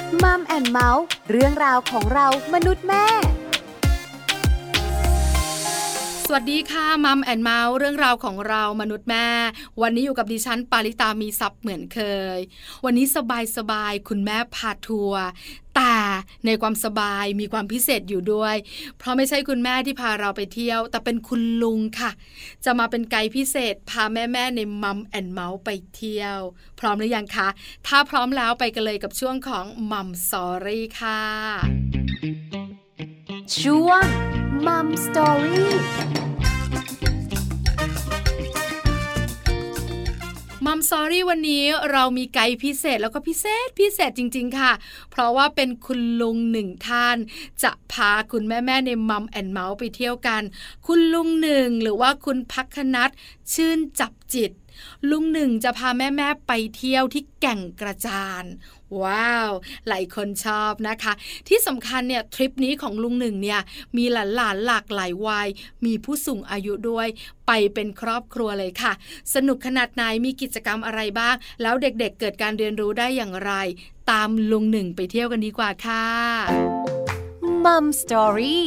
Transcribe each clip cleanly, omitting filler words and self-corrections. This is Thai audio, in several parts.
มัมแอนด์เมาส์เรื่องราวของเรามนุษย์แม่สวัสดีค่ะมัมแอนด์เมาส์เรื่องราวของเรามนุษย์แม่วันนี้อยู่กับดิฉันปาริตามีซับเหมือนเคยวันนี้สบายๆคุณแม่พาทัวร์แต่ในความสบายมีความพิเศษอยู่ด้วยเพราะไม่ใช่คุณแม่ที่พาเราไปเที่ยวแต่เป็นคุณลุงค่ะจะมาเป็นไกด์พิเศษพาแม่ๆในมัมแอนด์เมาส์ไปเที่ยวพร้อมหรือยังคะถ้าพร้อมแล้วไปกันเลยกับช่วงของมัมสตอรี่ค่ะช่วงมัมสตอรี่มัมสอรี่วันนี้เรามีไกด์พิเศษแล้วก็พิเศษจริงๆค่ะเพราะว่าเป็นคุณลุงหนึ่งท่านจะพาคุณแม่ๆในมัมแอนด์เมาส์ไปเที่ยวกันคุณลุงหนึ่งหรือว่าคุณภัคนัทชื่นจับจิตลุงหนึ่งจะพาแม่ๆไปเที่ยวที่แก่งกระจานว้าวหลายคนชอบนะคะที่สำคัญเนี่ยทริปนี้ของลุงหนึ่งเนี่ยมีหลานๆหลากหลายวัยมีผู้สูงอายุด้วยไปเป็นครอบครัวเลยค่ะสนุกขนาดไหนมีกิจกรรมอะไรบ้างแล้วเด็กๆเกิดการเรียนรู้ได้อย่างไรตามลุงหนึ่งไปเที่ยวกันดีกว่าค่ะมัมสตอรี่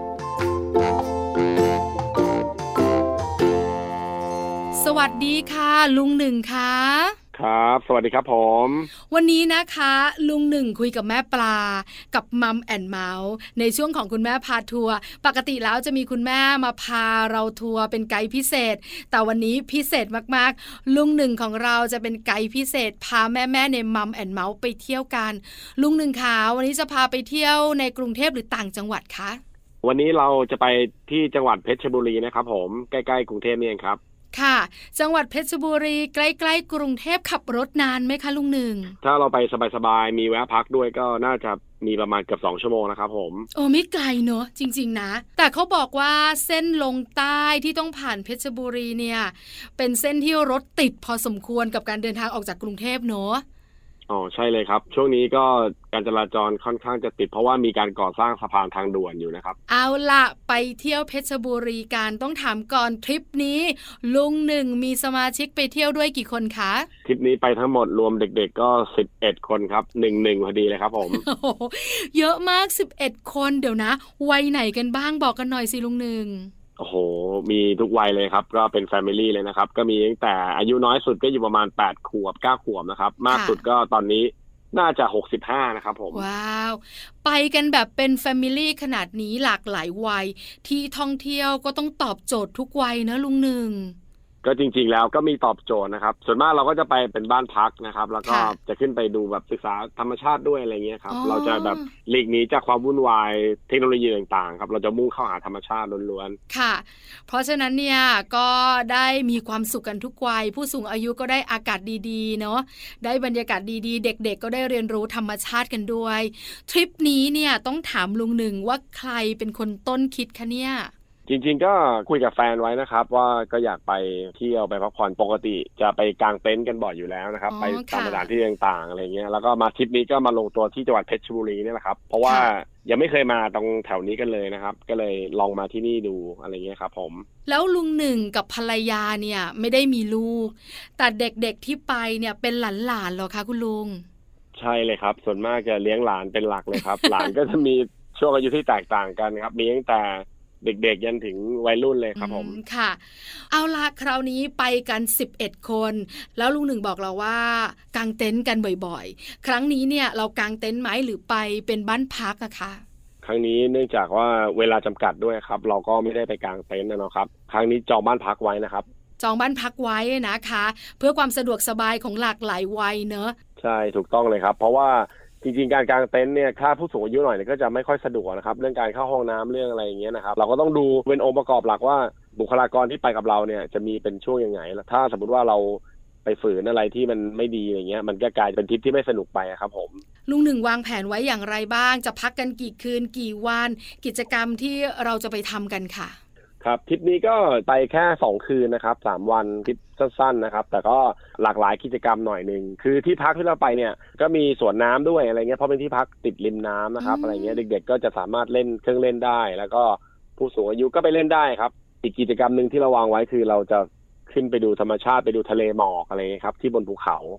สวัสดีค่ะลุงหนึ่งค่ะครับสวัสดีครับผมวันนี้นะคะลุงหนึ่งคุยกับแม่ปลากับมัมแอนด์เมาส์ในช่วงของคุณแม่พาทัวร์ปกติแล้วจะมีคุณแม่มาพาเราทัวร์เป็นไกด์พิเศษแต่วันนี้พิเศษมากๆลุงหนึ่งของเราจะเป็นไกด์พิเศษพาแม่ๆในมัมแอนด์เมาส์ไปเที่ยวกันลุงหนึ่งคะวันนี้จะพาไปเที่ยวในกรุงเทพหรือต่างจังหวัดคะวันนี้เราจะไปที่จังหวัดเพชรบุรีนะครับผมใกล้ๆกรุงเทพนี่เองครับค่ะจังหวัดเพชรบุรีใกล้ๆกรุงเทพขับรถนานไหมคะลุงหนึ่งถ้าเราไปสบายๆมีแวะพักด้วยก็น่าจะมีประมาณเกือบ2 ชั่วโมงนะครับผมโอ้ไม่ไกลเนอะจริงๆนะแต่เขาบอกว่าเส้นลงใต้ที่ต้องผ่านเพชรบุรีเนี่ยเป็นเส้นที่รถติดพอสมควรกับการเดินทางออกจากกรุงเทพเนอะอ๋อใช่เลยครับช่วงนี้ก็การจราจรค่อนข้างจะติดเพราะว่ามีการก่อสร้างสะพานทางด่วนอยู่นะครับเอาล่ะไปเที่ยวเพชรบุรีกันต้องถามก่อนทริปนี้ลุงหนึ่งมีสมาชิกไปเที่ยวด้วยกี่คนคะทริปนี้ไปทั้งหมดรวมเด็กๆก็11 คนครับ11พอดีเลยครับผมเยอะมาก11 คนเดี๋ยวนะวัยไหนกันบ้างบอกกันหน่อยสิลุงหนึ่งโอ้โหมีทุกวัยเลยครับก็เป็นแฟมิลี่เลยนะครับก็มีตั้งแต่อายุน้อยสุดก็อยู่ประมาณ8 ขวบ9 ขวบนะครับมากสุดก็ตอนนี้น่าจะ65นะครับผมว้าวไปกันแบบเป็นแฟมิลี่ขนาดนี้หลากหลายวัยที่ท่องเที่ยวก็ต้องตอบโจทย์ทุกวัยนะลุงหนึ่งก็จริงๆแล้วก็มีตอบโจทย์นะครับส่วนมากเราก็จะไปเป็นบ้านพักนะครับแล้วก็จะขึ้นไปดูแบบศึกษาธรรมชาติด้วยอะไรเงี้ยครับเราจะแบบหลีกหนีจากความวุ่นวายเทคโนโลยีต่างๆครับเราจะมุ่งเข้าหาธรรมชาติล้วนๆค่ะเพราะฉะนั้นเนี่ยก็ได้มีความสุขกันทุกวัยผู้สูงอายุก็ได้อากาศดีๆเนาะได้บรรยากาศดีๆเด็กๆก็ได้เรียนรู้ธรรมชาติกันด้วยทริปนี้เนี่ยต้องถามลุงหนึ่งว่าใครเป็นคนต้นคิดคะเนี่ยจริงๆก็คุยกับแฟนไว้นะครับว่าก็อยากไปเที่ยวไปพักผ่อนปกติจะไปกางเต็นท์กันบ่อยอยู่แล้วนะครับไปตามสถานที่ต่างๆอะไรเงี้ยแล้วก็มาทริปนี้ก็มาลงตัวที่จังหวัดเพชรบุรีนี่แหละครับเพราะว่ายังไม่เคยมาตรงแถวนี้กันเลยนะครับก็เลยลองมาที่นี่ดูอะไรเงี้ยครับผมแล้วลุงหนึ่งกับภรรยาเนี่ยไม่ได้มีลูกแต่เด็กๆที่ไปเนี่ยเป็นหลานๆเหรอคะคุณลุงใช่เลยครับส่วนมากจะเลี้ยงหลานเป็นหลักเลยครับ หลานก็จะมีช่วงอายุที่แตกต่างกันครับมีตั้งแต่เด็กๆยันถึงวัยรุ่นเลยครับผมค่ะเอาล่ะคราวนี้ไปกัน11 คนแล้วลุงหนึ่งบอกเราว่ากางเต็นท์กันบ่อยๆครั้งนี้เนี่ยเรากางเต็นท์ไหมหรือไปเป็นบ้านพักอะคะครั้งนี้เนื่องจากว่าเวลาจำกัดด้วยครับเราก็ไม่ได้ไปกางเต็นท์นะครับครั้งนี้จองบ้านพักไว้นะครับจองบ้านพักไว้นะคะเพื่อความสะดวกสบายของหลากหลายวัยเนอะใช่ถูกต้องเลยครับเพราะว่าจริงๆการกางเต็นท์เนี่ยถ้าผู้สูงอายุหน่อยก็จะไม่ค่อยสะดวกนะครับเรื่องการเข้าห้องน้ำเรื่องอะไรอย่างเงี้ยนะครับเราก็ต้องดูเป็นองค์ประกอบหลักว่าบุคลากรที่ไปกับเราเนี่ยจะมีเป็นช่วงยังไงแล้วถ้าสมมติว่าเราไปฝืนอะไรที่มันไม่ดีอย่างเงี้ยมันก็กลายเป็นทริปที่ไม่สนุกไปครับผมลุงหนึ่งวางแผนไว้อย่างไรบ้างจะพักกันกี่คืนกี่วันกิจกรรมที่เราจะไปทำกันค่ะครับทริปนี้ก็ไปแค่2 คืนนะครับ3 วันทริปสั้นๆนะครับแต่ก็หลากหลายกิจกรรมหน่อยนึงคือที่พักที่เราไปเนี่ยก็มีสวนน้ำด้วยอะไรเงี้ยเพราะเป็นที่พักติดริมน้ำนะครับอะไรเงี้ยเด็กๆก็จะสามารถเล่นเครื่องเล่นได้แล้วก็ผู้สูงอายุก็ไปเล่นได้ครับอีกกิจกรรมนึงที่เราวางไว้คือเราจะขึ้นไปดูธรรมชาติไปดูทะเลหมอกอะไรครับที่บนภูเขา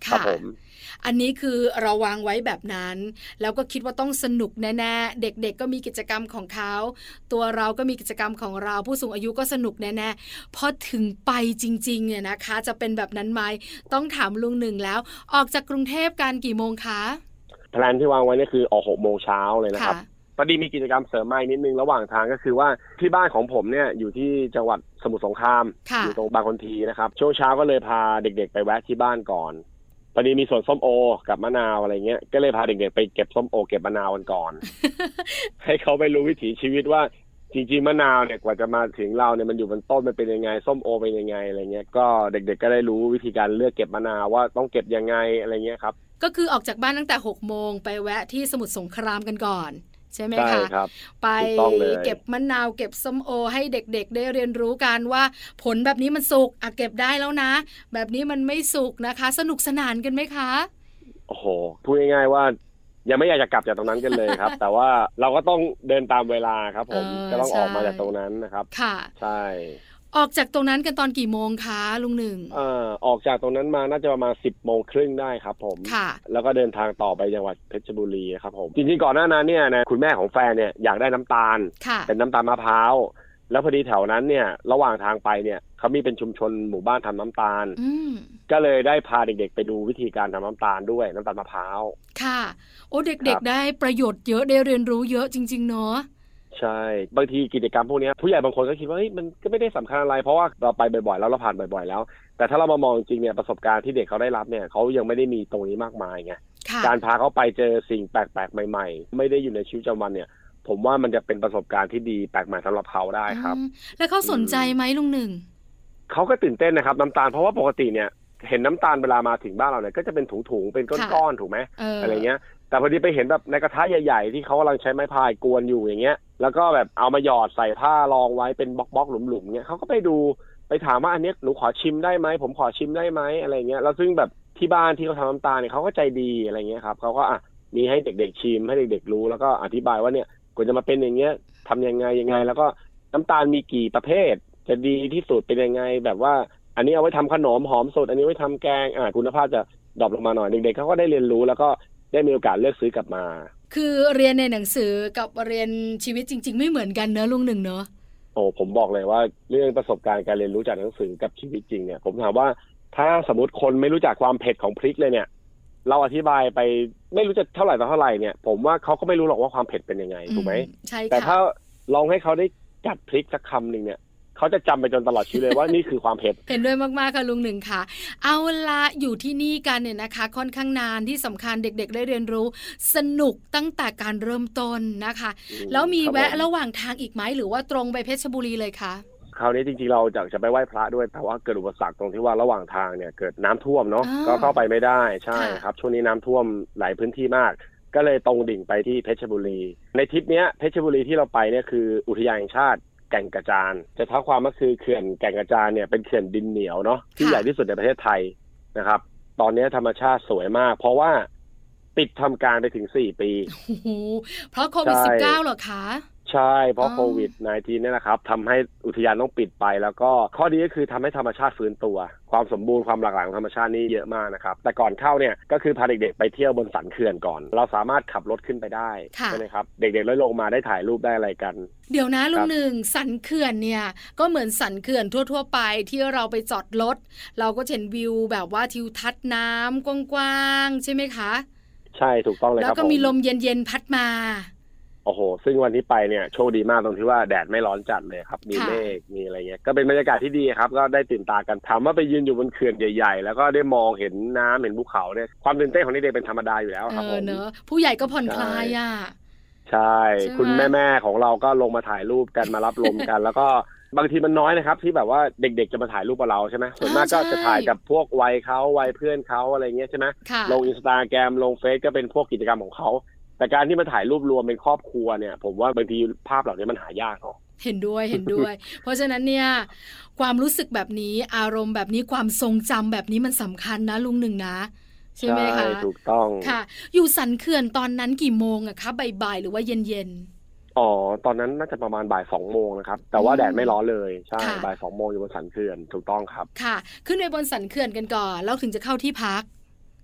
ครับผมอันนี้คือเราวางไว้แบบนั้นแล้วก็คิดว่าต้องสนุกแน่ๆเด็กๆก็มีกิจกรรมของเขาตัวเราก็มีกิจกรรมของเราผู้สูงอายุก็สนุกแน่ๆพอถึงไปจริงๆเนี่ยนะคะจะเป็นแบบนั้นไหมต้องถามลุงหนึ่งแล้วออกจากกรุงเทพกันกี่โมงคะแพลนที่วางไว้นี่คือออก6 โมงเช้าเลยนะครับพอดีมีกิจกรรมเสริมมานิดนึงระหว่างทางก็คือว่าที่บ้านของผมเนี่ยอยู่ที่จังหวัดสมุทรสงครามอยู่ตรงบางคนทีนะครับช่วงเช้าก็เลยพาเด็กๆไปแวะที่บ้านก่อนพอดีมีสวนส้มโอกับมะนาวอะไรเงี้ยก็เลยพาเด็กๆไปเก็บส้มโอเก็บมะนาวกันก่อน ให้เขาไปรู้วิถีชีวิตว่าจริงๆมะนาวเนี่ยกว่าจะมาถึงเราเนี่ยมันอยู่บนต้นมันเป็นยังไงส้มโอเป็นยังไงอะไรเงี้ยก็เด็กๆก็ได้รู้วิธีการเลือกเก็บมะนาวว่าต้องเก็บยังไงอะไรเงี้ยครับก็คือออกจากบ้านตั้งแต่6 โมงไปแวะที่สมุทรสงครามกันก่อนใช่ไหมคะใช่ครับไปเก็บมะนาวเก็บส้มโอให้เด็กๆได้เรียนรู้กันว่าผลแบบนี้มันสุกเก็บได้แล้วนะแบบนี้มันไม่สุกนะคะสนุกสนานกันไหมคะโอ้โหพูดง่ายๆว่ายังไม่อยากจะกลับจากตรงนั้นกันเลยครับ แต่ว่าเราก็ต้องเดินตามเวลาครับผมก็ต้องออกมาจากตรงนั้นนะครับค่ะใช่ออกจากตรงนั้นกันตอนกี่โมงคะลุงหนึ่งออกจากตรงนั้นมาน่าจะประมาณ10:30ได้ครับผมค่ะแล้วก็เดินทางต่อไปจังหวัดเพชรบุรีครับผมจริงๆก่อนหน้านั้นเนี่ยนะคุณแม่ของแฟนเนี่ยอยากได้น้ำตาลเป็นน้ำตาลมะพร้าวแล้วพอดีแถวนั้นเนี่ยระหว่างทางไปเนี่ยเขามีเป็นชุมชนหมู่บ้านทำน้ำตาลก็เลยได้พาเด็กๆไปดูวิธีการทำน้ำตาลด้วยน้ำตาลมะพร้าวค่ะโอ้เด็กๆได้ประโยชน์เยอะได้เรียนรู้เยอะจริงๆเนาะใช่บางทีกิจกรรมพวกนี้ผู้ใหญ่บางคนก็คิดว่ามันก็ไม่ได้สำคัญอะไรเพราะว่าเราไปบ่อยๆแล้วเราผ่านบ่อยๆแล้วแต่ถ้าเรามามองจริงเนี่ยประสบการณ์ที่เด็กเขาได้รับเนี่ยเขายังไม่ได้มีตรงนี้มากมายไงการพาเขาไปเจอสิ่งแปลกๆใหม่ๆไม่ได้อยู่ในชีวิตประจำวันเนี่ยผมว่ามันจะเป็นประสบการณ์ที่ดีแปลกใหม่สำหรับเขาได้ครับแล้วเขาสนใจไหมลุงหนึ่งเขาก็ตื่นเต้นนะครับน้ำตาลเพราะว่าปกติเนี่ยเห็นน้ำตาลเวลามาถึงบ้านเราเนี่ยก็จะเป็นถุงๆเป็นก้อนๆถูกไหมอะไรเงี้ยแต่พอดีไปเห็นแบบในกระทะใหญ่ๆที่เขากำลังใช้ไม้พายกวนอยู่อย่างเงี้ยแล้วก็แบบเอามาหยอดใส่ผ้ารองไว้เป็นบล็อกๆหลุมๆเงี้ยเขาก็ไปดูไปถามว่าอันนี้หนูขอชิมได้ไหมผมขอชิมได้ไหมอะไรเงี้ยแล้วซึ่งแบบที่บ้านที่เขาทำน้ำตาลเนี่ยเขาก็ใจดีอะไรเงี้ยครับเขาก็มีให้เด็กๆชิมให้เด็กๆรู้แล้วก็อธิบายว่าเนี่ยกว่าจะมาเป็นอย่างเงี้ยทำยังไงแล้วก็น้ำตาลมีกี่ประเภทจะดีที่สุดเป็นยังไงแบบว่าอันนี้เอาไว้ทำขนมหอมสดอันนี้ไว้ทำแกงคุณภาพจะดรอปลงมาหน่อยเด็กๆเขาก็ได้เรียนรู้แล้วก็ได้มีโอกาสเลือกซื้อกลับมาคือเรียนในหนังสือกับเรียนชีวิตจริงๆไม่เหมือนกันเนอะลุงหนึ่งเนอะโอ้ผมบอกเลยว่าเรื่องประสบการณ์การเรียนรู้จากหนังสือกับชีวิตจริงเนี่ยผมถามว่าถ้าสมมติคนไม่รู้จักความเผ็ดของพริกเลยเนี่ยเราอธิบายไปไม่รู้จะเท่าไหร่ต่อเท่าไหร่เนี่ยผมว่าเขาก็ไม่รู้หรอกว่าความเผ็ดเป็นยังไงถูกไหมใช่แต่ถ้าลองให้เขาได้กัดพริกสักคำหนึ่งเนี่ยเขาจะจำไปจนตลอดชีวิตเลยว่านี่คือความเผ็ดเห็นด้วยมากๆค่ะลุงหนึ่งค่ะเอาละอยู่ที่นี่กันเนี่ยนะคะค่อนข้างนานที่สำคัญเด็กๆได้เรียนรู้สนุกตั้งแต่การเริ่มต้นนะคะแล้วมีแวะระหว่างทางอีกไหมหรือว่าตรงไปเพชรบุรีเลยคะคราวนี้จริงๆเราจะไปไหว้พระด้วยแต่ว่าเกิดอุปสรรคตรงที่ว่าระหว่างทางเนี่ยเกิดน้ำท่วมเนาะก็เข้าไปไม่ได้ใช่ครับช่วงนี้น้ำท่วมหลายพื้นที่มากก็เลยตรงดิ่งไปที่เพชรบุรีในทริปนี้เพชรบุรีที่เราไปเนี่ยคืออุทยานแห่งชาติแก่งกระจานจะเท้าความก็คือเขื่อนแก่งกระจานเนี่ยเป็นเขื่อนดินเหนียวเนาะที่ใหญ่ที่สุดในประเทศไทยนะครับตอนนี้ธรรมชาติสวยมากเพราะว่าปิดทำการไปถึง4 ปีเพราะโควิด -19 เหรอคะใช่เพราะโควิด -19 เนี่ยนะครับทำให้อุทยานต้องปิดไปแล้วก็ข้อดีก็คือทำให้ธรรมชาติฟื้นตัวความสมบูรณ์ความหลากหลายของธรรมชาตินี่เยอะมากนะครับแต่ก่อนเข้าเนี่ยก็คือพาเด็กๆไปเที่ยวบนสันเขื่อนก่อนเราสามารถขับรถขึ้นไปได้ใช่ไหมครับเด็กๆลงมาได้ถ่ายรูปได้อะไรกันเดี๋ยวนะลุงหนึ่งสันเขื่อนเนี่ยก็เหมือนสันเขื่อนทั่วๆไปที่เราไปจอดรถเราก็เห็นวิวแบบว่าทิวทัศน์น้ำกว้างๆใช่ไหมคะใช่ถูกต้องเลยครับแล้วก็มีลมเย็นๆพัดมาโอ้โหซึ่งวันที่ไปเนี่ยโชคดีมากตรงที่ว่าแดดไม่ร้อนจัดเลยครับมีเมฆมีอะไรเงี้ยก็เป็นบรรยากาศที่ดีครับก็ได้ตื่นตากันถามว่าไปยืนอยู่บนเขื่อนใหญ่ๆแล้วก็ได้มองเห็นน้ำเห็นภูเขาเนี่ยความตื่นเต้นของเด็กเป็นธรรมดาอยู่แล้วครับผมเนอะผู้ใหญ่ก็ผ่อนคลายอ่ะใช่คุณแม่ๆของเราก็ลงมาถ่ายรูปกันมารับลมกันแล้วก็บางทีมันน้อยนะครับที่แบบว่าเด็กๆจะมาถ่ายรูปกับเราใช่ไหมส่วนมากก็จะถ่ายกับพวกวัยเขาวัยเพื่อนเขาอะไรเงี้ยใช่ไหมลง Instagram ลงเฟซก็เป็นพวกกิจกรรมของเขาแต่การที่มาถ่ายรูปรวมเป็นครอบครัวเนี่ยผมว่าบางทีภาพเหล่านี้มันหายากเนาะเห็นด้วย เพราะฉะนั้นเนี่ยความรู้สึกแบบนี้อารมณ์แบบนี้ความทรงจำแบบนี้มันสำคัญนะลุงหนึ่งนะใช่ไหมคะถูกต้องค่ะอยู่สันเขื่อนตอนนั้นกี่โมงอะคะบ่ายๆหรือว่าเย็นตอนนั้นน่าจะประมาณบ่าย 2 โมงนะครับแต่ว่าแดดไม่ร้อนเลยใช่บ่าย 2 โมงอยู่บนสันเขื่อนถูกต้องครับค่ะขึ้นไปบนสันเขื่อนกันก่อนแล้วถึงจะเข้าที่พัก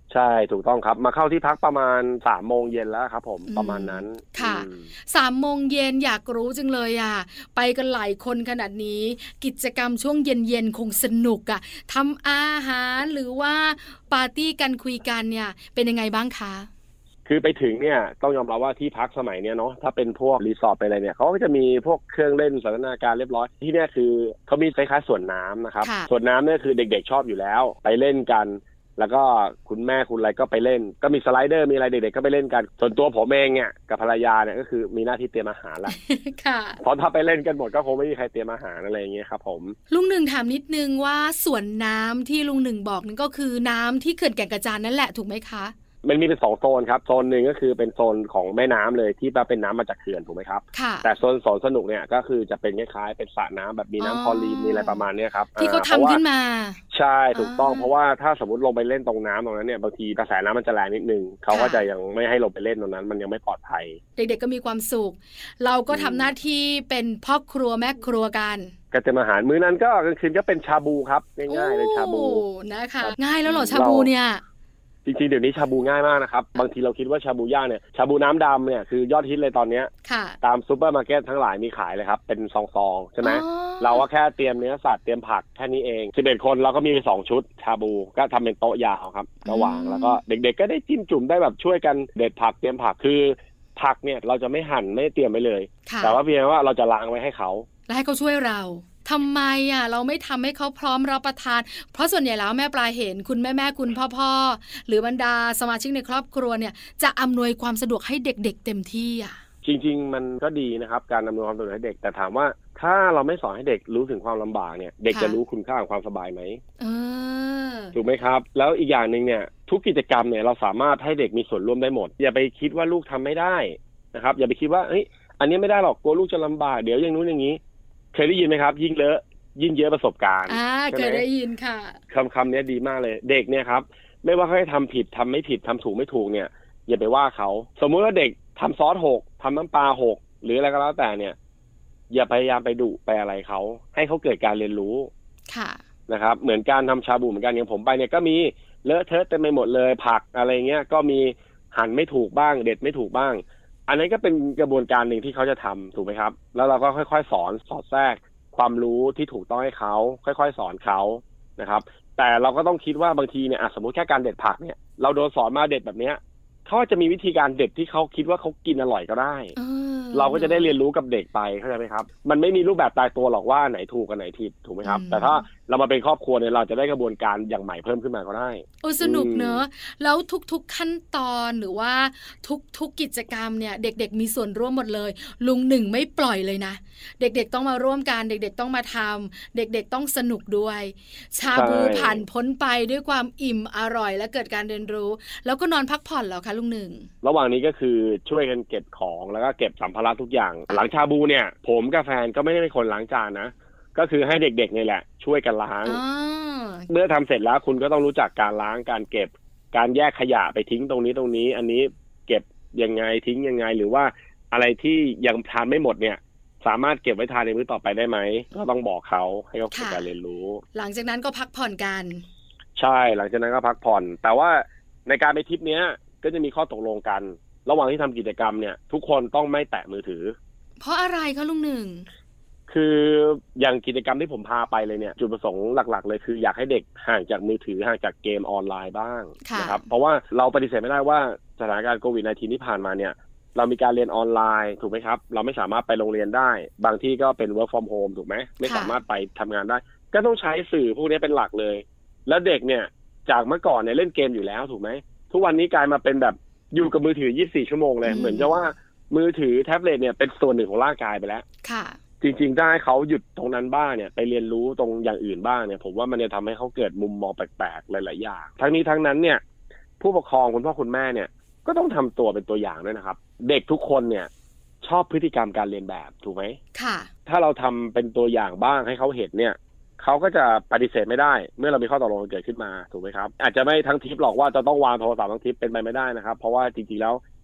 ใช่ถูกต้องครับมาเข้าที่พักประมาณ3 โมงเย็นแล้วครับผมประมาณนั้นค่ะ3 โมงเย็นอยากรู้จังเลยอ่ะไปกันหลายคนขนาดนี้กิจกรรมช่วงเย็นๆคงสนุกอ่ะทำอาหารหรือว่าปาร์ตี้กันคุยกันเนี่ยเป็นยังไงบ้างคะคือไปถึงเนี่ยต้องยอมรับว่าที่พักสมัยเนี้ยเนาะถ้าเป็นพวกรีสอร์ทไปอะไรเนี่ยเขาก็จะมีพวกเครื่องเล่นสันทนาการเรียบร้อยที่เนี่ยคือเขามีคล้ายๆสวนน้ำนะครับสวนน้ำเนี่ยคือเด็กๆชอบอยู่แล้วไปเล่นกันแล้วก็คุณแม่คุณอะไรก็ไปเล่นก็มีสไลเดอร์มีอะไรเด็กๆก็ไปเล่นกันส่วนตัวผมเองเนี่ยกับภรรยาเนี่ยก็คือมีหน้าที่เตรียมอาหารละเพราะถ้าไปเล่นกันหมดก็คงไม่มีใครเตรียมอาหารอะไรอย่างเงี้ยครับผมลุงหนึ่งถามนิดนึงว่าสวนน้ำที่ลุงหนึ่งบอกนั่นก็คือน้ำที่เขื่อนแก่งกระจานนั่นแหละถูกไหมคะมันมีเป็น2 โซนครับโซนหนึ่งก็คือเป็นโซนของแม่น้ำเลยที่เป็นน้ำมาจากเขื่อนถูกไหมครับแต่โซนสนุกเนี่ยก็คือจะเป็นคล้ายๆเป็นสระน้ำแบบมีน้ำคลอรีนมีอะไรประมาณนี้ครับที่เขาทำขึ้นมาใช่ถูกต้องเพราะว่าถ้าสมมติลงไปเล่นตรงน้ำตรงนั้นเนี่ยบางทีกระแสน้ำมันจะแรงนิดนึงเขาก็จะยังไม่ให้ลงไปเล่นตรงนั้นมันยังไม่ปลอดภัยเด็กๆก็มีความสุขเราก็ทำหน้าที่เป็นพ่อครัวแม่ครัวกันก็จะมาอาหารมื้อนั้นก็กลางคืนก็เป็นชาบูครับง่ายๆเลยชาบูนะคะง่ายแล้วเหรอชาบูเนี่ยจริงๆเดี๋ยวนี้ชาบูง่ายมากนะครับบางทีเราคิดว่าชาบูย่างเนี่ยชาบูน้ำดำเนี่ยคือยอดฮิตเลยตอนนี้ตามซูเปอร์มาร์เก็ตทั้งหลายมีขายเลยครับเป็นซองๆใช่ไหมเราก็แค่เตรียมเนื้อสัตว์เตรียมผักแค่นี้เอง11 คนเราก็มี2 ชุดชาบูก็ทำเป็นโต๊ะยาวครับก็วางแล้วก็เด็กๆก็ได้จิ้มจุ่มได้แบบช่วยกันเด็ดผักเตรียมผักคือผักเนี่ยเราจะไม่หั่นไม่เตรียมไว้เลยแต่ว่าเพียงว่าเราจะล้างไว้ให้เขาและให้เขาช่วยเราทำไมอ่ะเราไม่ทำให้เขาพร้อมรับประทานเพราะส่วนใหญ่แล้วแม่ปลาเห็นคุณแม่คุณพ่อหรือบรรดาสมาชิกในครอบครัวเนี่ยจะอำนวยความสะดวกให้เด็กๆเต็มที่อ่ะจริงๆมันก็ดีนะครับการอำนวยความสะดวกให้เด็กแต่ถามว่าถ้าเราไม่สอนให้เด็กรู้ถึงความลำบากเนี่ยเด็กจะรู้คุณค่าของความสบายไหมถูกไหมครับแล้วอีกอย่างนึงเนี่ยทุกกิจกรรมเนี่ยเราสามารถให้เด็กมีส่วนร่วมได้หมดอย่าไปคิดว่าลูกทำไม่ได้นะครับอย่าไปคิดว่าเฮ้ยอันนี้ไม่ได้หรอกกลัวลูกจะลำบากเดี๋ยวอย่างนู้นอย่างนี้เคยได้ยินไหมครับยิ่งเลอะยิ่งเยอะประสบการณ์เคยได้ยินค่ะคำนี้ดีมากเลยเด็กเนี่ยครับไม่ว่าเขาจะทำผิดทำไม่ผิดทำถูกไม่ถูกเนี่ยอย่าไปว่าเขาสมมุติว่าเด็กทำซอสหกทำน้ำปลาหกหรืออะไรก็แล้วแต่เนี่ยอย่าพยายามไปดุไปอะไรเขาให้เขาเกิดการเรียนรู้ค่ะนะครับเหมือนการทำชาบูเหมือนกันอย่างผมไปเนี่ยก็มีเลอะเทอะเต็มไปหมดเลยผักอะไรเงี้ยก็มีหั่นไม่ถูกบ้างเด็ดไม่ถูกบ้างอันนั้นก็เป็นกระบวนการหนึ่งที่เขาจะทำถูกไหมครับแล้วเราก็ค่อยๆสอนสอดแทรกความรู้ที่ถูกต้องให้เขาค่อยๆสอนเขานะครับแต่เราก็ต้องคิดว่าบางทีเนี่ยสมมติแค่การเด็ดผักเนี่ยเราโดนสอนมาเด็ดแบบเนี้ยเขาจะมีวิธีการเด็ดที่เขาคิดว่าเขากินอร่อยก็ได้เราก็จะได้เรียนรู้กับเด็กไปเข้าใจไหมครับมันไม่มีรูปแบบตายตัวหรอกว่าไหนถูกกับไหนผิดถูกไหมครับแต่ถ้าเรามาเป็นครอบครัวเนี่ยเราจะได้กระบวนการอย่างใหม่เพิ่มขึ้นมาก็ได้สนุกเนอะแล้วทุกๆขั้นตอนหรือว่าทุกกิจกรรมเนี่ยเด็กๆมีส่วนร่วมหมดเลยลุงหนึ่งไม่ปล่อยเลยนะเด็กๆต้องมาร่วมกันเด็กๆต้องมาทำเด็กๆต้องสนุกด้วยชาบูผ่านพ้นไปด้วยความอิ่มอร่อยและเกิดการเรียนรู้แล้วก็นอนพักผ่อนแล้วคะลุงหนึ่งระหว่างนี้ก็คือช่วยกันเก็บของแล้วก็เก็บสัมภาระทุกอย่างหลังชาบูเนี่ยผมกับแฟนก็ไม่ได้เป็นคนล้างจานนะก็คือให้เด็กๆนี่แหละช่วยกันล้างเมื่อทำเสร็จแล้วคุณก็ต้องรู้จักการล้างการเก็บการแยกขยะไปทิ้งตรงนี้อันนี้เก็บยังไงทิ้งยังไงหรือว่าอะไรที่ยังทานไม่หมดเนี่ยสามารถเก็บไว้ทานในมื้อต่อไปได้ไหมก็ต้องบอกเขาให้เขาเกิดการเรียนรู้หลังจากนั้นก็พักผ่อนกันใช่หลังจากนั้นก็พักผ่อนแต่ว่าในการไปทริปเนี้ยก็จะมีข้อตกลงกันระหว่างที่ทำกิจกรรมเนี่ยทุกคนต้องไม่แตะมือถือเพราะอะไรคะลุงหนึ่งคืออย่างกิจกรรมที่ผมพาไปเลยเนี่ยจุดประสงค์หลักๆเลยคืออยากให้เด็กห่างจากมือถือห่างจากเกมออนไลน์บ้างนะครับเพราะว่าเราปฏิเสธไม่ได้ว่าสถานการณ์โควิด-19 ที่ผ่านมาเนี่ยเรามีการเรียนออนไลน์ถูกไหมครับเราไม่สามารถไปโรงเรียนได้บางที่ก็เป็น work from home ถูกไหมไม่สามารถไปทำงานได้ก็ต้องใช้สื่อพวกนี้เป็นหลักเลยแล้วเด็กเนี่ยจากเมื่อก่อนเนี่ยเล่นเกมอยู่แล้วถูกไหมทุกวันนี้กลายมาเป็นแบบอยู่กับมือถือ24 ชั่วโมงเลยเหมือนจะว่ามือถือแท็บเล็ตเนี่ยเป็นส่วนหนึ่งของร่างกายไปแล้วค่ะจริงๆถ้าให้เขาหยุดตรงนั้นบ้างเนี่ยไปเรียนรู้ตรงอย่างอื่นบ้างเนี่ยผมว่ามันจะทำให้เขาเกิดมุมมองแปลกๆหลายๆอย่างทั้งนี้ทั้งนั้นเนี่ยผู้ปกครองคุณพ่อคุณแม่เนี่ยก็ต้องทำตัวเป็นตัวอย่างด้วยนะครับเด็กทุกคนเนี่ยชอบพฤติกรรมการเรียนแบบถูกไหมค่ะถ้าเราทำเป็นตัวอย่างบ้างให้เขาเห็นเนี่ยเขาก็จะปฏิเสธไม่ได้เมื่อเรามีข้อตกลงเกิดขึ้นมาถูกไหมครับอาจจะไม่ทั้งทริปหรอกว่าจะต้องวางโทรศัพท์ทั้งทริปเป็นไปไม่ได้นะครับเพราะว่าจริงๆแล้ว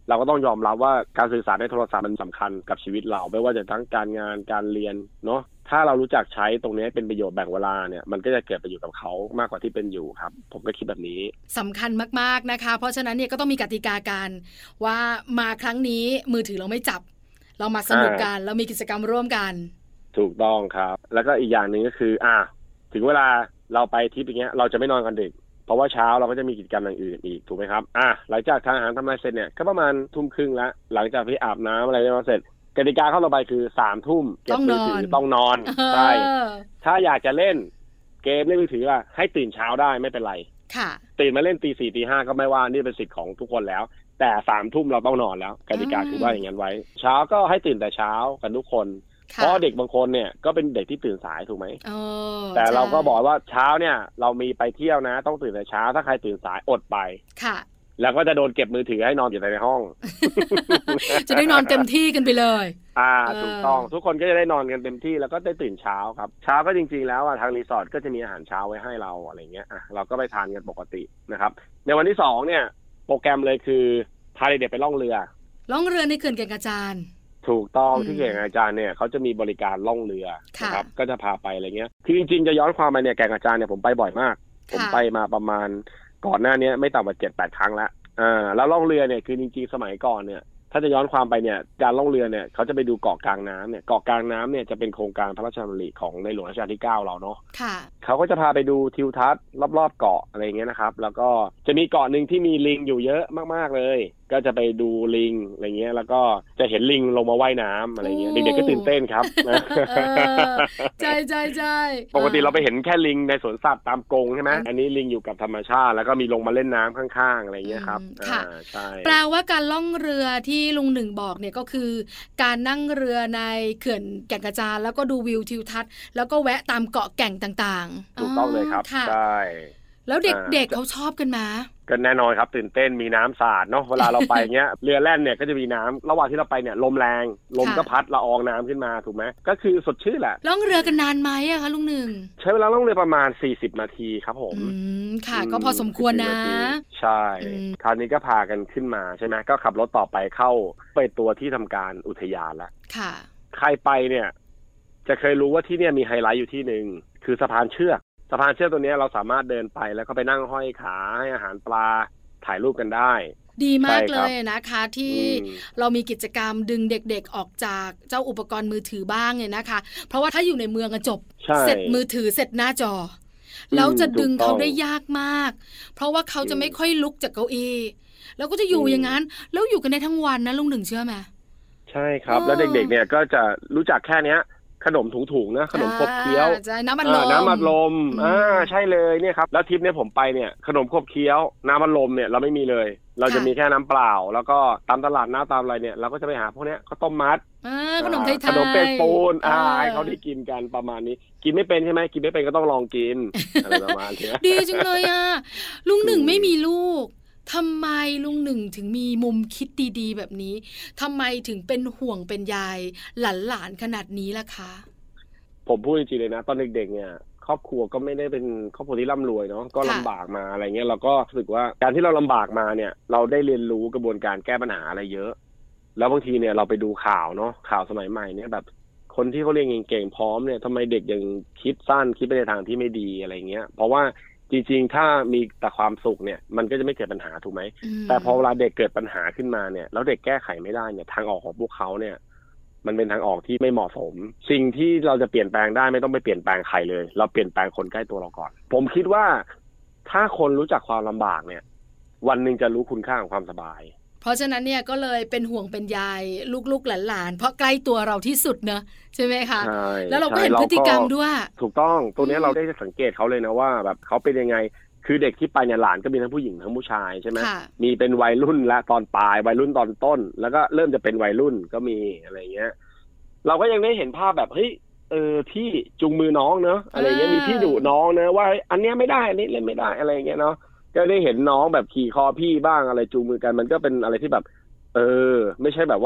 เราก็ต้องยอมรับว่าการสื่อสารในโทรศัพท์มันสำคัญกับชีวิตเราไม่ว่าจะทั้งการงานการเรียนเนาะถ้าเรารู้จักใช้ตรงนี้เป็นประโยชน์แบ่งเวลาเนี่ยมันก็จะเกิดประโยชน์กับเขามากกว่าที่เป็นอยู่ครับผมก็คิดแบบนี้สำคัญมากๆนะคะเพราะฉะนั้นเนี่ยก็ต้องมีกติกาการว่ามาครั้งนี้มือถือเราไม่จับเรามาสนุกกันเรามีกิจกรรมร่วมกันถูกต้องครับแล้วก็อีกอย่างนึงก็คือถึงเวลาเราไปทริปอย่างเงี้ยเราจะไม่นอนกันดึกเพราะว่าเช้าเราก็จะมีกิจกรรมอย่างอื่นอีกถูกไหมครับหลังจากทานอาหารทำอะไรเสร็จเนี่ยก็ประมาณ 20:30 แล้วหลังจากที่อาบน้ำอะไรเรียบร้อยเสร็จกติกาเข้าต่อไปคือ 3:00 เก็บมือถือต้องนอนใช่ถ้าอยากจะเล่นเกมเล่นมือถือให้ตื่นเช้าได้ไม่เป็นไรค่ะตื่นมาเล่น 4:00 5:00 ก็ไม่ว่านี่เป็นสิทธิ์ของทุกคนแล้วแต่ 3:00 เราต้องนอนแล้วกติกาคือว่าอย่างนั้นไว้เช้าก็ให้ตื่นแต่เช้ากันทุกคนเพราะเด็กบางคนเนี่ยก็เป็นเด็กที่ตื่นสายถูกไหมแต่เราก็บอกว่าเช้าเนี่ยเรามีไปเที่ยวนะต้องตื่นแต่เช้าถ้าใครตื่นสายอดไปค่ะแล้วก็จะโดนเก็บมือถือให้นอนอยู่ในห้องจะได้นอนเต็มที่กันไปเลยถูกต้องทุกคนก็จะได้นอนกันเต็มที่แล้วก็ได้ตื่นเช้าครับเช้าก็จริงๆแล้วทางรีสอร์ทก็จะมีอาหารเช้าไว้ให้เราอะไรเงี้ยเราก็ไปทานกันปกตินะครับในวันที่2เนี่ยโปรแกรมเลยคือพาเด็กๆไปล่องเรือในเขื่อนแก่งกระจานถูกต้องที่เขื่อนแก่งกระจานเนี่ยเขาจะมีบริการล่องเรือนะครับก็จะพาไปอะไรเงี้ยคือจริงๆจะย้อนความไปเนี่ยแก่งกระจานเนี่ยผมไปบ่อยมากผมไปมาประมาณก่อนหน้านี้ไม่ต่ำกว่า 7-8 ครั้งแล้วแล้วล่องเรือเนี่ยคือจริงๆสมัยก่อนเนี่ยถ้าจะย้อนความไปเนี่ยการล่องเรือเนี่ยเขาจะไปดูเกาะกลางน้ำเนี่ยเกาะกลางน้ำเนี่ยจะเป็นโครงการพระราชดำริของในหลวงรัชกาลที่9เราเนาะเขาก็จะพาไปดูทิวทัศน์รอบๆเกาะอะไรเงี้ยนะครับแล้วก็จะมีเกาะนึงที่มีลิงอยู่เยอะมากๆเลยก็จะไปดูลิงอะไรเงี้ยแล้วก็จะเห็นลิงลงมาว่ายน้ำอะไรเงี้ยเด็กๆก็ตื่นเต้นครับใช่ปกติเราไปเห็นแค่ลิงในสวนสัตว์ตามกรงใช่ไหมอันนี้ลิงอยู่กับธรรมชาติแล้วก็มีลงมาเล่นน้ำข้างๆอะไรเงี้ยครับใช่แปลว่าการล่องเรือที่ลุงหนึ่งบอกเนี่ยก็คือการนั่งเรือในเขื่อนแก่งกระจานแล้วก็ดูวิวทิวทัศน์แล้วก็แวะตามเกาะแก่งต่างๆถูกต้องเลยครับใช่แล้วเด็กๆเขาชอบกันมาก็แน่นอนครับตื่นเต้นมีน้ำสาดเนาะเวลาเราไปเงี้ยเรือแล่นเนี่ยก็จะมีน้ำระหว่างที่เราไปเนี่ยลมแรงลมก็พัดละอองน้ำขึ้นมาถูกไหมก็คือสดชื่นแหละล่องเรือกันนานไหมอะคะลุงหนึ่งใช้เวลาล่องเรือประมาณ40 นาทีครับผมค่ะก็พอสมควรนะใช่คราวนี้ก็พากันขึ้นมาใช่ไหมก็ขับรถต่อไปเข้าไปตัวที่ทำการอุทยานละค่ะใครไปเนี่ยจะเคยรู้ว่าที่เนี่ยมีไฮไลท์อยู่ที่นึงคือสะพานเชือกตัวนี้เราสามารถเดินไปแล้วก็ไปนั่งห้อยขาให้อาหารปลาถ่ายรูปกันได้ดีมากเลยนะคะที่เรามีกิจกรรมดึงเด็กๆออกจากเจ้าอุปกรณ์มือถือบ้างเนี่ยนะคะเพราะว่าถ้าอยู่ในเมืองจบเสร็จมือถือเสร็จหน้าจอแล้วจะดึงเขาได้ยากมากเพราะว่าเขาจะไม่ค่อยลุกจากเก้าอี้แล้วก็จะอยู่อย่างนั้นแล้วอยู่กันได้ทั้งวันนะลุงหนึ่งเชื่อไหมใช่ครับแล้วเด็กๆเนี่ยก็จะรู้จักแค่เนี้ยขนมถุงๆนะขนมขบเคี้ยวน้ำอัดลมใช่เลยเนี่ยครับแล้วทริปเนี่ยผมไปเนี่ยขนมขบเคี้ยวน้ำอัดลมเนี่ยเราไม่มีเลยเราจะมีแค่น้ำเปล่าแล้วก็ตามตลาดน้าตามอะไรเนี่ยเราก็จะไปหาพวกเนี้ยข้าวต้มมัดขนมไทยขนมเป็ดปูนให้เขาได้กินกันประมาณนี้กินไม่เป็นใช่ไหมกินไม่เป็นก็ต้องลองกินอะไรประมาณนี้ดีจังเลยลุงหนึ่งไม่มีลูกทำไมลุงหนึ่งถึงมีมุมคิดดีๆแบบนี้ทำไมถึงเป็นห่วงเป็นใยหลานๆขนาดนี้ล่ะคะผมพูดจริงๆเลยนะตอนเด็กๆเนี่ยครอบครัวก็ไม่ได้เป็นครอบครัวที่ร่ำรวยเนาะก็ลำบากมาอะไรเงี้ยเราก็รู้สึกว่าการที่เราลำบากมาเนี่ยเราได้เรียนรู้กระบวนการแก้ปัญหาอะไรเยอะแล้วบางทีเนี่ยเราไปดูข่าวเนาะข่าวสมัยใหม่เนี่ยแบบคนที่เขาเรียนเก่งๆพร้อมเนี่ยทำไมเด็กยังคิดสั้นคิดไปในทางที่ไม่ดีอะไรเงี้ยเพราะว่าจริงๆถ้ามีแต่ความสุขเนี่ยมันก็จะไม่เกิดปัญหาถูกไหมแต่พอเวลาเด็กเกิดปัญหาขึ้นมาเนี่ยแล้วเด็กแก้ไขไม่ได้เนี่ยทางออกของพวกเขาเนี่ยมันเป็นทางออกที่ไม่เหมาะสมสิ่งที่เราจะเปลี่ยนแปลงได้ไม่ต้องไปเปลี่ยนแปลงใครเลยเราเปลี่ยนแปลงคนใกล้ตัวเราก่อนผมคิดว่าถ้าคนรู้จักความลำบากเนี่ยวันนึงจะรู้คุณค่าของความสบายเพราะฉะนั้นเนี่ยก็เลยเป็นห่วงเป็นใยลูกๆหลานๆเพราะใกล้ตัวเราที่สุดเนอะใช่ไหมคะแล้วเราก็เห็นพฤติกรรมด้วยถูกต้องตัวนี้เราได้สังเกตเขาเลยนะว่าแบบเขาเป็นยังไงคือเด็กที่ไปเนี่ยหลานก็มีทั้งผู้หญิงทั้งผู้ชายใช่ไหมมีเป็นวัยรุ่นและตอนปลายวัยรุ่นตอนต้นแล้วก็เริ่มจะเป็นวัยรุ่นก็มีอะไรเงี้ยเราก็ยังได้เห็นภาพแบบเฮ้ยพี่จุงมือน้องเนอะอะไรเงี้ยมีพี่ดุน้องเนอะว่าอันเนี้ยไม่ได้อันนี้เล่นไม่ได้อะไรเงี้ยเนาะก็ได้เห็นน้องแบบขี่คอพี่บ้างอะไรจูงมือกันมันก็เป็นอะไรที่แบบไม่ใช่แบบว่า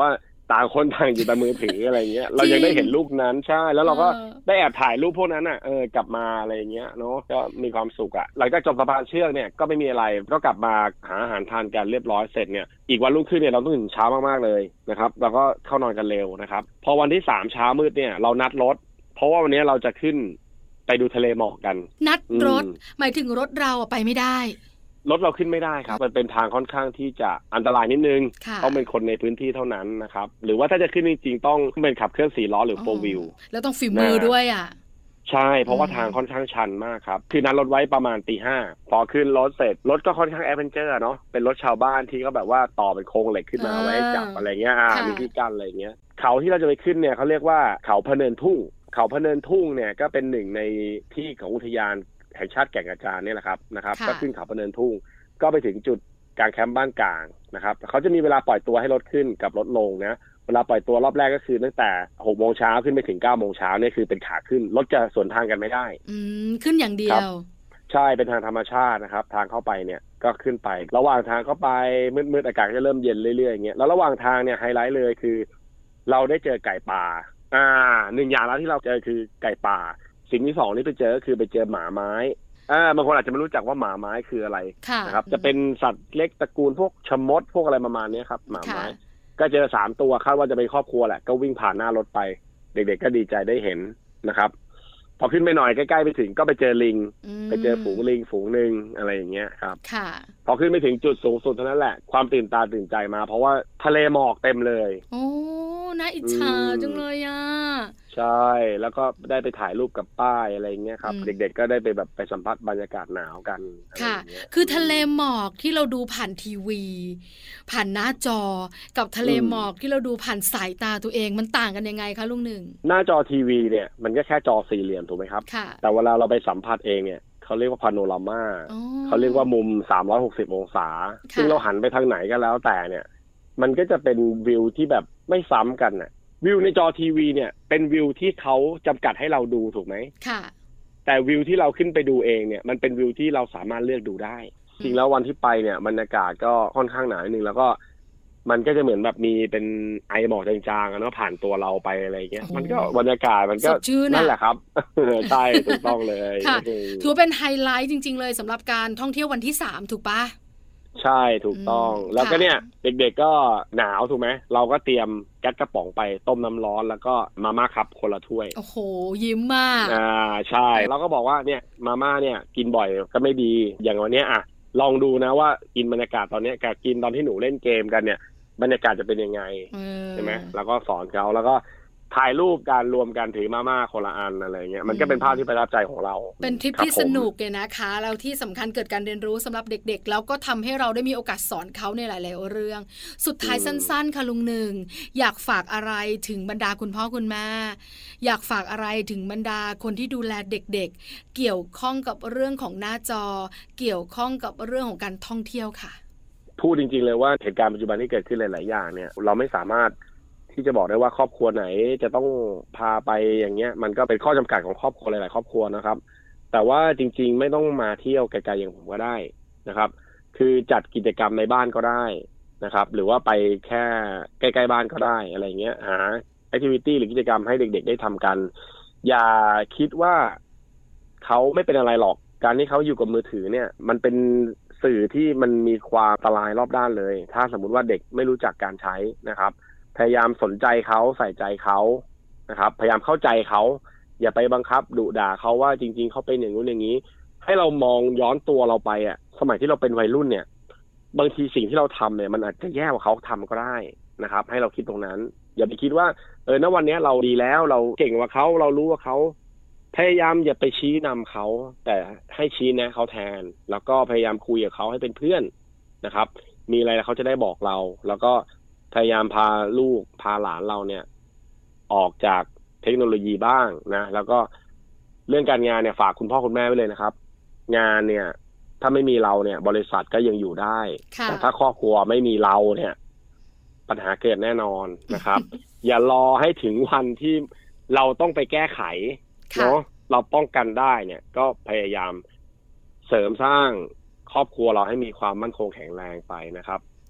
ต่างคนต่างอยู่แต่มือถืออะไรเงี้ยเรายังได้เห็นรูปนั้นใช่แล้วเราก็ได้แอบถ่ายรูปพวกนั้นกลับมาอะไรเงี้ยเนาะก็มีความสุขหลังจากจบสะพานเชือกเนี่ยก็ไม่มีอะไรก็กลับมาหาอาหารทานกันเรียบร้อยเสร็จเนี่ยอีกวันรุ่งขึ้นเนี่ยเราต้องตื่นเช้ามากๆเลยนะครับเราก็เข้านอนกันเร็วนะครับพอวันที่3เช้ามืดเนี่ยเรานัดรถเพราะว่าวันนี้เราจะขึ้นไปดูทะเลหมอกกันนัดรถหมายถึงรถเราไปไม่ได้รถเราขึ้นไม่ได้ครับมันเป็นทางค่อนข้างที่จะอันตรายนิดนึงต้องเป็นคนในพื้นที่เท่านั้นนะครับหรือว่าถ้าจะขึ้นจริงๆต้องเป็นขับเคลื่อน4ล้อหรือ4 wheel แล้วต้องฝีมือด้วยใช่เพราะว่าทางค่อนข้างชันมากครับคือนัดรถไว้ประมาณ 5:00 พอขึ้นรถเสร็จรถก็ค่อนข้างแอดเวนเจอร์เนาะเป็นรถชาวบ้านที่ก็แบบว่าต่อเป็นโครงเหล็กขึ้นมาไว้จับอะไรเงี้ยมีที่กั้นอะไรเงี้ยเขาที่เราจะไปขึ้นเนี่ยเขาเรียกว่าเขาพะเนินทุ่งเขาพะเนินทุ่งเนี่ยก็เป็นหนึ่งในที่ของอุทยานแห่งชาติแก่งกระจานเนี่ยแหละครับก็ขึ้นเขาพะเนินทุ่งก็ไปถึงจุดกลางแคมป์บ้านกลางนะครับเขาจะมีเวลาปล่อยตัวให้รถขึ้นกับรถลงนะเวลาปล่อยตัวรอบแรกก็คือตั้งแต่6 โมงเช้าขึ้นไปถึง9 โมงเช้าเนี่ยคือเป็นขาขึ้นรถจะสวนทางกันไม่ได้ขึ้นอย่างเดียวใช่เป็นทางธรรมชาตินะครับทางเข้าไปเนี่ยก็ขึ้นไประหว่างทางเข้าไปมืดๆอากาศจะเริ่มเย็นเรื่อยๆอย่างเงี้ยแล้วระหว่างทางเนี่ยไฮไลท์เลยคือเราได้เจอไก่ป่าหนึ่งอย่างแล้วที่เราเจอคือไก่ป่าสิ่งที่2ที่ไปเจอคือไปเจอหมาไม้บางคนอาจจะไม่รู้จักว่าหมาไม้คืออะไรนะครับจะเป็นสัตว์เล็กตระกูลพวกชมดพวกอะไรประมาณนี้ครับหมาไม้ก็เจอ3 ตัวคาดว่าจะเป็นครอบครัวแหละก็วิ่งผ่านหน้ารถไปเด็กๆก็ดีใจได้เห็นนะครับพอขึ้นไปหน่อยใกล้ๆไปถึงก็ไปเจอลิงไปเจอฝูงลิงฝูงนึงอะไรอย่างเงี้ยครับพอขึ้นไปถึงจุดสูงสุดเท่านั้นแหละความตื่นตาตื่นใจมาเพราะว่าทะเลหมอกเต็มเลยโอ้น่าอิจฉาจังเลยใช่แล้วก็ได้ไปถ่ายรูปกับป้ายอะไรเงี้ยครับเด็กๆก็ได้ไปแบบไปสัมผัสบรรยากาศหนาวกันค่ะคือทะเลหมอกที่เราดูผ่านทีวีผ่านหน้าจอกับทะเลหมอกที่เราดูผ่านสายตาตัวเองมันต่างกันยังไงคะลุงหนึ่งหน้าจอทีวีเนี่ยมันก็แค่จอสี่เหลี่ยมถูกไหมครับแต่เวลาเราไปสัมผัสเองเนี่ยเขาเรียกว่าพาโนรามาเขาเรียกว่ามุม360 องศาซึ่งเราหันไปทางไหนก็แล้วแต่เนี่ยมันก็จะเป็นวิวที่แบบไม่ซ้ำกันน่ะวิวในจอทีวีเนี่ยเป็นวิวที่เขาจำกัดให้เราดูถูกไหมค่ะแต่วิวที่เราขึ้นไปดูเองเนี่ยมันเป็นวิวที่เราสามารถเลือกดูได้จริงแล้ววันที่ไปเนี่ยบรรยากาศก็ค่อนข้างหนานิดนึงแล้วก็มันก็จะเหมือนแบบมีเป็นไอหมอกจางๆเนาะผ่านตัวเราไปอะไรเงี้ยมันก็บรรยากาศมันก็นั่นแหละครับใช่ถูกต้องเลยถือเป็นไฮไลท์จริงๆเลยสำหรับการท่องเที่ยววันที่3ถูกปะใช่ถูกต้องแล้วก็เนี่ยเด็กๆก็หนาวถูกไหมเราก็เตรียมแก๊สกระป๋องไปต้มน้ำร้อนแล้วก็มาม่าครับคนละถ้วยโอ้โหยิ้มมากใช่เราก็บอกว่าเนี่ยมาม่าเนี่ยกินบ่อยก็ไม่ดีอย่างวันนี้ลองดูนะว่ากินบรรยากาศตอนนี้กับกินตอนที่หนูเล่นเกมกันเนี่ยบรรยากาศจะเป็นยังไงใช่ไหมแล้วก็สอนเขาแล้วก็ถ่ายรูปการรวมกันถือมาม่าคนละอันอะไรเงี้ยมันก็เป็นภาพที่ประทับใจของเราเป็นทริปที่สนุกเลยนะคะแล้วที่สำคัญเกิดการเรียนรู้สำหรับเด็กๆแล้วก็ทำให้เราได้มีโอกาสสอนเขาในหลายๆเรื่องสุดท้ายสั้นๆค่ะลุงหนึ่งอยากฝากอะไรถึงบรรดาคุณพ่อคุณแม่อยากฝากอะไรถึงบรรดาคนที่ดูแลเด็กๆเกี่ยวข้องกับเรื่องของหน้าจอเกี่ยวข้องกับเรื่องของการท่องเที่ยวค่ะพูดจริงๆเลยว่าเหตุการณ์ปัจจุบันที่เกิดขึ้นหลายๆอย่างเนี่ยเราไม่สามารถที่จะบอกได้ว่าครอบครัวไหนจะต้องพาไปอย่างเงี้ยมันก็เป็นข้อจำกัดของครอบครัวหลายๆครอบครัวนะครับแต่ว่าจริงๆไม่ต้องมาเที่ยวไกลๆอย่างผมก็ได้นะครับคือจัดกิจกรรมในบ้านก็ได้นะครับหรือว่าไปแค่ใกล้ๆบ้านก็ได้อะไรเงี้ยหาแอคทิวิตี้หรือกิจกรรมให้เด็กๆได้ทำกันอย่าคิดว่าเขาไม่เป็นอะไรหรอกการที่เขาอยู่กับมือถือเนี่ยมันเป็นสื่อที่มันมีความอันตรายรอบด้านเลยถ้าสมมุติว่าเด็กไม่รู้จักการใช้นะครับพยายามสนใจเขาใส่ใจเขานะครับพยายามเข้าใจเขาอย่าไปบังคับดุด่าเขาว่าจริงๆเขาเป็นอย่างนู้นอย่างนี้ให้เรามองย้อนตัวเราไปสมัยที่เราเป็นวัยรุ่นเนี่ยบางทีสิ่งที่เราทำเนี่ยมันอาจจะแย่กว่าเขาทำก็ได้นะครับให้เราคิดตรงนั้นอย่าไปคิดว่าณวันนี้เราดีแล้วเราเก่งกว่าเขาเรารู้ว่าเขาพยายามอย่าไปชี้นำเขาแต่ให้ชี้แนะเขาแทนแล้วก็พยายามคุยกับเขาให้เป็นเพื่อนนะครับมีอะไรเขาจะได้บอกเราแล้วก็พยายามพาลูกพาหลานเราเนี่ยออกจากเทคโนโลยีบ้างนะแล้วก็เรื่องการงานเนี่ยฝากคุณพ่อคุณแม่ไว้เลยนะครับงานเนี่ยถ้าไม่มีเราเนี่ยบริษัทก็ยังอยู่ได้แต่ถ้าครอบครัวไม่มีเราเนี่ยปัญหาเกิดแน่นอนนะครับ อย่ารอให้ถึงวันที่เราต้องไปแก้ไขเนาะเราป้องกันได้เนี่ยก็พยายามเสริมสร้างครอบครัวเราให้มีความมั่นคงแข็งแรงไปนะครับ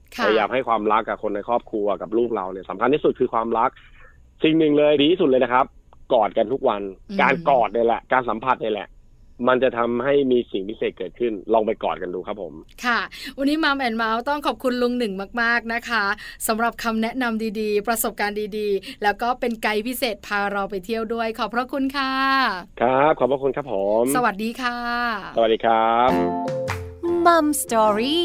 พยายามให้ความรักกับคนในครอบครัวกับลูกเราเนี่ยสำคัญที่สุดคือความรักสิ่งหนึ่งเลยดีที่สุดเลยนะครับกอดกันทุกวันการกอดเนี่ยแหละการสัมผัสเนี่ยแหละมันจะทำให้มีสิ่งพิเศษเกิดขึ้นลองไปกอดกันดูครับผมค่ะวันนี้มัมแอนด์เมาส์ต้องขอบคุณลุงหนึ่งมากๆนะคะสำหรับคำแนะนำดีๆประสบการณ์ดีๆแล้วก็เป็นไกด์พิเศษพาเราไปเที่ยวด้วยขอบพระคุณค่ะครับขอบพระคุณครับผมสวัสดีค่ะสวัสดีครับมัมสตอรี่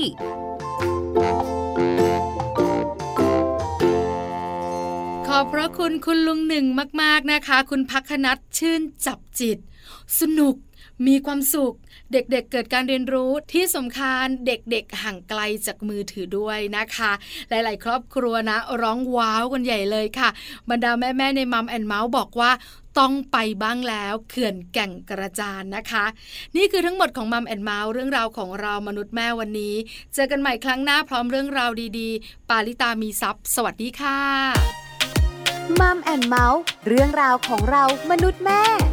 ขอบพระคุณคุณลุงหนึ่งมากๆนะคะคุณภัคนัทชื่นจับจิตสนุกมีความสุขเด็กๆเกิดการเรียนรู้ที่สำคัญเด็กๆห่างไกลจากมือถือด้วยนะคะหลายๆครอบครัวนะร้องว้าวกันใหญ่เลยค่ะบรรดาแม่ๆในมัมแอนด์เมาส์บอกว่าต้องไปบ้างแล้วเขื่อนแก่งกระจานนะคะนี่คือทั้งหมดของมัมแอนด์เมาส์เรื่องราวของเรามนุษย์แม่วันนี้เจอกันใหม่ครั้งหน้าพร้อมเรื่องราวดีๆปาริตามีทรัพย์สวัสดีค่ะมัมแอนด์เมาส์เรื่องราวของเรามนุษย์แม่